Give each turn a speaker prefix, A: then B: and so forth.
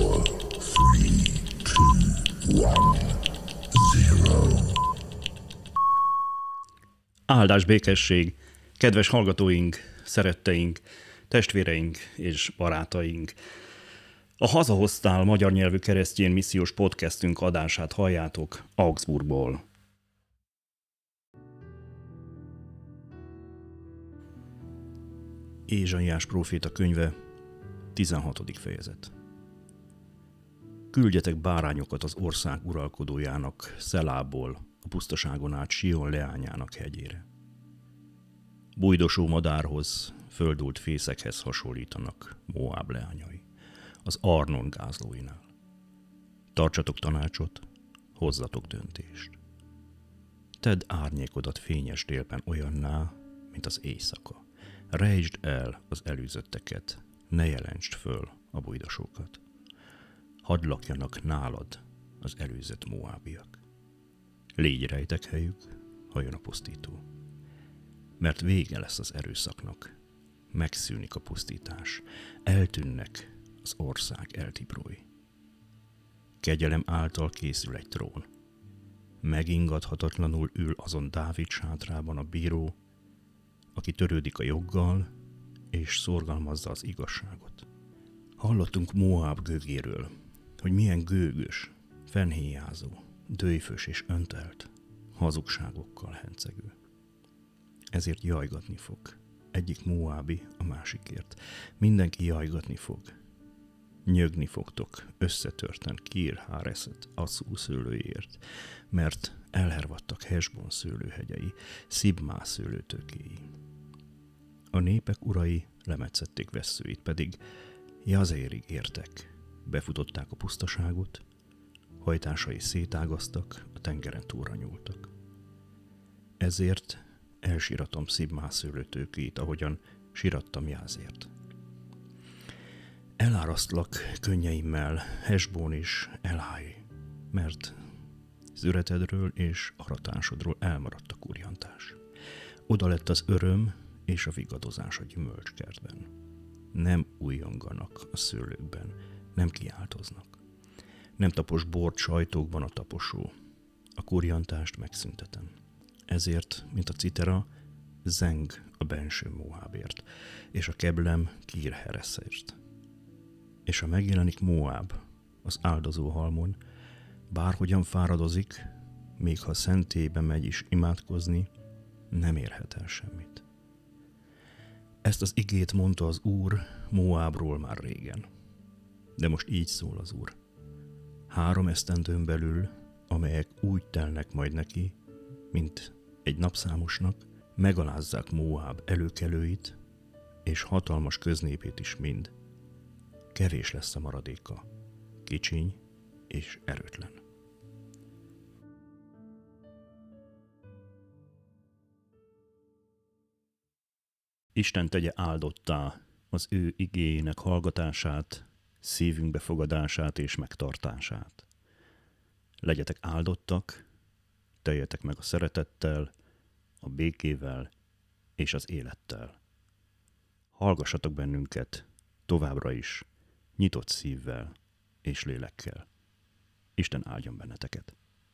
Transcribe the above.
A: Áldás békesség, kedves hallgatóink, szeretteink, testvéreink és barátaink! A Hazahoztál magyar nyelvű keresztény missziós podcastünk adását halljátok Augsburgból. Ézsaiás próféta könyve, 16. fejezet. Küldjetek bárányokat az ország uralkodójának, Szelából, a pusztaságon át Sion leányának hegyére. Bújdosó madárhoz, földult fészekhez hasonlítanak Moáb leányai, az Arnon gázlóinál. Tartsatok tanácsot, hozzatok döntést. Tedd árnyékodat fényes délben olyanná, mint az éjszaka. Rejtsd el az előzötteket, ne jelentsd föl a bújdosókat. Hadd lakjanak nálad az előzött moábiak. Légy rejtekhelyük, ha jön a pusztító. Mert vége lesz az erőszaknak, megszűnik a pusztítás, eltűnnek az ország eltiprói. Kegyelem által készül egy trón. Megingathatatlanul ül azon Dávid sátrában a bíró, aki törődik a joggal és szorgalmazza az igazságot. Hallottunk Moáb gőgéről, hogy milyen gőgös, fennhéjázó, dőjfös és öntelt, hazugságokkal hencegő. Ezért jajgatni fog, egyik moábi a másikért. Mindenki jajgatni fog. Nyögni fogtok összetörten Kír-Háreszet Asszú szőlőért, mert elhervadtak Hesbon szőlőhegyei, Szibmá szőlőtőkéi. A népek urai lemetszették vesszőit, pedig Jazérig értek, befutották a pusztaságot, hajtásai szétágaztak, a tengeren túlra nyúltak. Ezért elsíratom Szibmá szőlőtőkét, ahogyan sírattam Jázért. Elárasztlak könnyeimmel, Hesbón és Elhai, mert züretedről és aratásodról elmaradt a kurjantás. Oda lett az öröm és a vigadozás a gyümölcskertben. Nem újjonganak a szőlőkben, nem kiáltoznak. Nem tapos bort sajtókban a taposó. A kurjantást megszüntetem. Ezért, mint a citera, zeng a benső Moábért, és a keblem Kír-Hereszért. És ha megjelenik Moáb az áldozó halmon, bárhogyan fáradozik, még ha szentélybe megy is imádkozni, nem érhet el semmit. Ezt az igét mondta az Úr Moábról már régen. De most így szól az Úr. 3 esztendőn belül, amelyek úgy telnek majd neki, mint egy napszámosnak, megalázzák Moáb előkelőit, és hatalmas köznépét is mind. Kevés lesz a maradéka, kicsiny és erőtlen. Isten tegye áldottá az ő igéjének hallgatását, szívünk befogadását és megtartását. Legyetek áldottak, teljetek meg a szeretettel, a békével és az élettel. Hallgassatok bennünket továbbra is, nyitott szívvel és lélekkel. Isten áldjon benneteket!